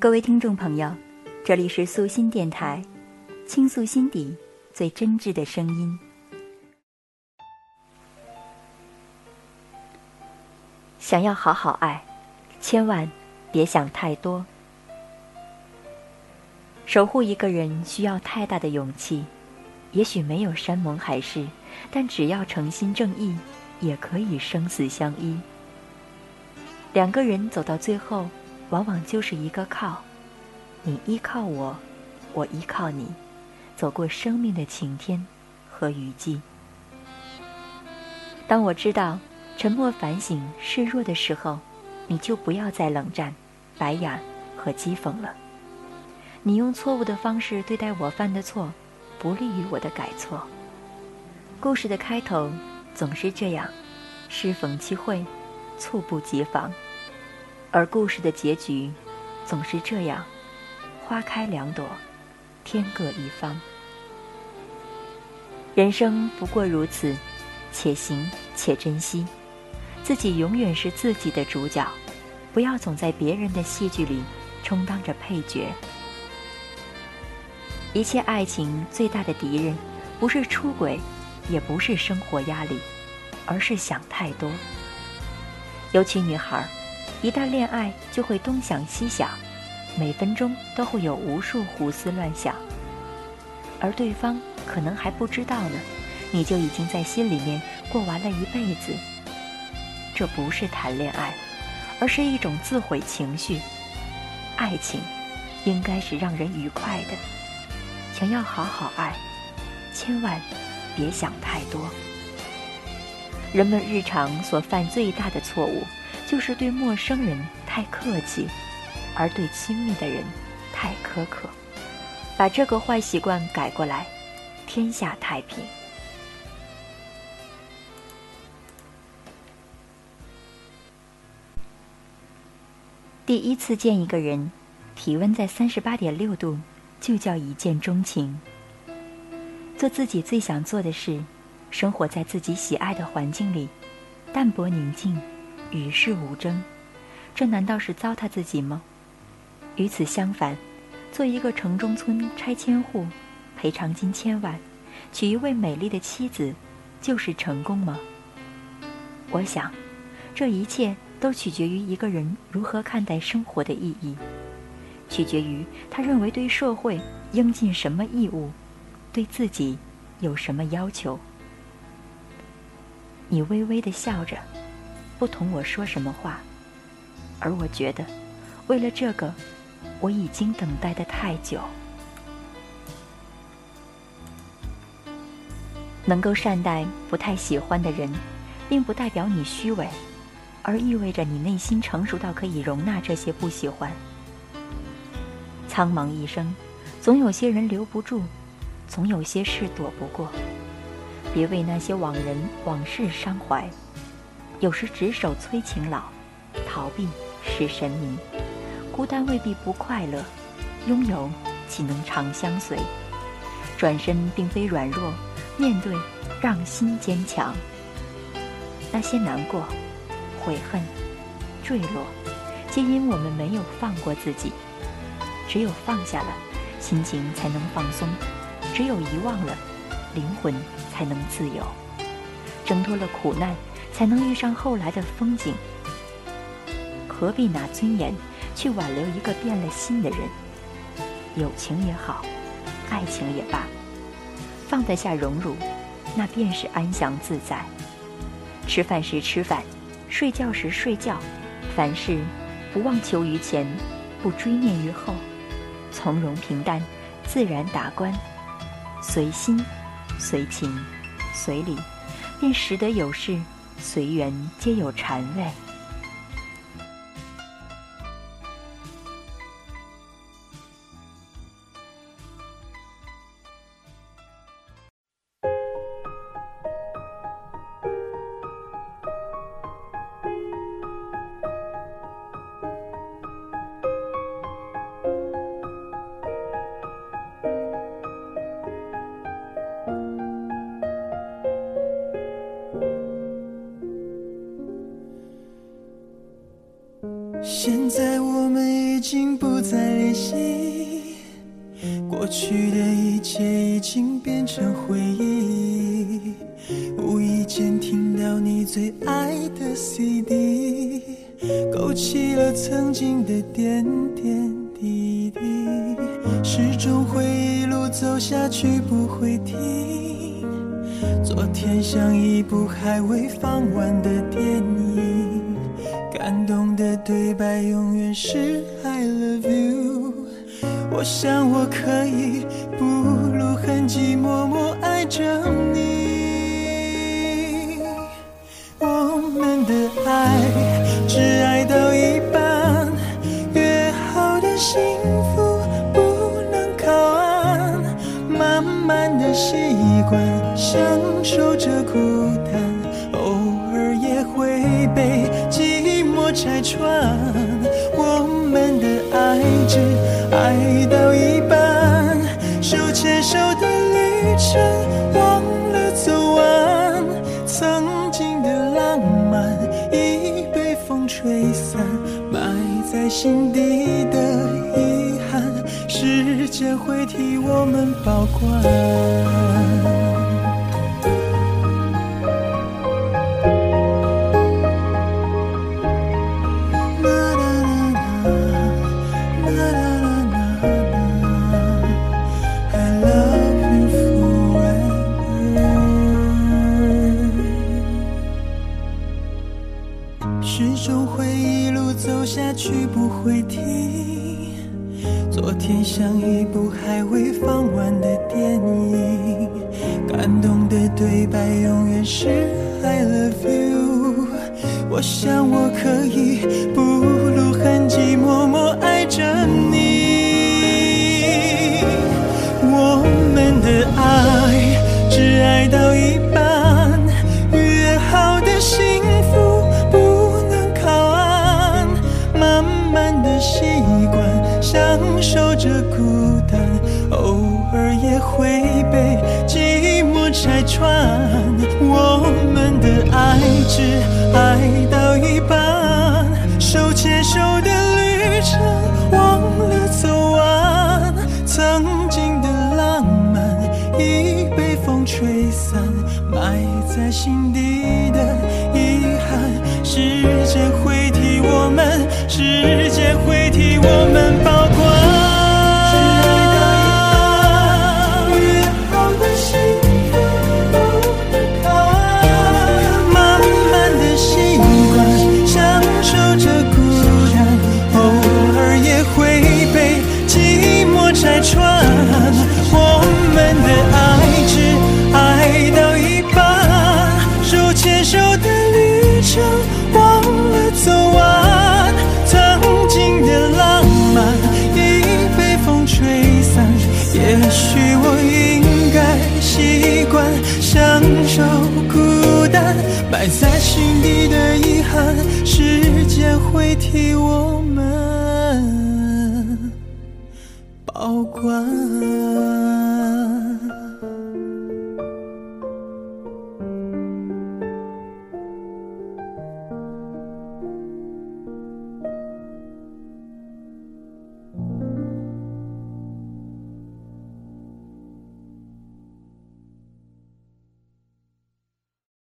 各位听众朋友，这里是素心电台，倾诉心底最真挚的声音。想要好好爱，千万别想太多。守护一个人需要太大的勇气，也许没有山盟海誓，但只要诚心正义，也可以生死相依。两个人走到最后，往往就是一个靠，你依靠我，我依靠你，走过生命的晴天和雨季。当我知道沉默反省示弱的时候，你就不要再冷战、白眼和讥讽了。你用错误的方式对待我犯的错，不利于我的改错。故事的开头总是这样，适逢其会，猝不及防；而故事的结局总是这样，花开两朵，天各一方。人生不过如此，且行且珍惜，自己永远是自己的主角，不要总在别人的戏剧里充当着配角。一切爱情最大的敌人，不是出轨，也不是生活压力，而是想太多。尤其女孩，一旦恋爱就会东想西想，每分钟都会有无数胡思乱想，而对方可能还不知道呢，你就已经在心里面过完了一辈子。这不是谈恋爱，而是一种自毁情绪。爱情应该是让人愉快的，想要好好爱，千万别想太多。人们日常所犯最大的错误，就是对陌生人太客气，而对亲密的人太苛刻。把这个坏习惯改过来，天下太平。第一次见一个人，体温在38.6度，就叫一见钟情。做自己最想做的事，生活在自己喜爱的环境里，淡泊宁静，与世无争，这难道是糟蹋自己吗？与此相反，做一个城中村拆迁户，赔偿金1000万，娶一位美丽的妻子，就是成功吗？我想，这一切都取决于一个人如何看待生活的意义，取决于他认为对社会应尽什么义务，对自己有什么要求。你微微地笑着，不同我说什么话，而我觉得，为了这个，我已经等待得太久。能够善待不太喜欢的人，并不代表你虚伪，而意味着你内心成熟到可以容纳这些不喜欢。苍茫一生，总有些人留不住，总有些事躲不过。别为那些往人往事伤怀，有时执手催情老，逃避是神迷。孤单未必不快乐，拥有岂能长相随？转身并非软弱，面对让心坚强。那些难过、悔恨、坠落，皆因我们没有放过自己。只有放下了，心情才能放松；只有遗忘了，灵魂才能自由。挣脱了苦难，才能遇上后来的风景。何必拿尊严去挽留一个变了心的人？友情也好，爱情也罢，放得下荣辱，那便是安详自在。吃饭时吃饭，睡觉时睡觉，凡事不妄求于前，不追念于后，从容平淡，自然达观。随心随情随理，便识得有事随缘皆有禅味。 现在我们已经不再联系，过去的一切已经变成回忆。无意间听到你最爱的 CD， 勾起了曾经的点点滴滴，始终会一路走下去不会停。昨天像一部还未放完的电影，感动的对白永远是 I love you。 我想我可以不露痕迹默默爱着你。我们的爱只爱到一半，约好的幸福不能靠岸，慢慢的习惯享受着孤单，偶尔也会被寂寞拆穿。我们的爱只爱到一半，手牵手的旅程忘了走完，曾经的浪漫已被风吹散，埋在心底的遗憾，时间会替我们保管。始终会一路走下去不会停，昨天像一部还未放完的电影，感动的对白永远是 I love you。 我想我可以不露痕迹默默爱着你。我们的爱只爱到一半，约好的幸福习惯享受着孤单，偶尔也会被寂寞拆穿。我们的爱只爱到一半，手牵手的旅程忘了走完，曾经的浪漫已被风吹散，埋在心底的遗憾，时间会替我们，时间会替我们保管。拆穿我们的爱只爱到一半，手牵手的旅程忘了走完，曾经的浪漫已被风吹散。也许我应该习惯享受孤单，埋在心底的遗憾，时间会替我们保管。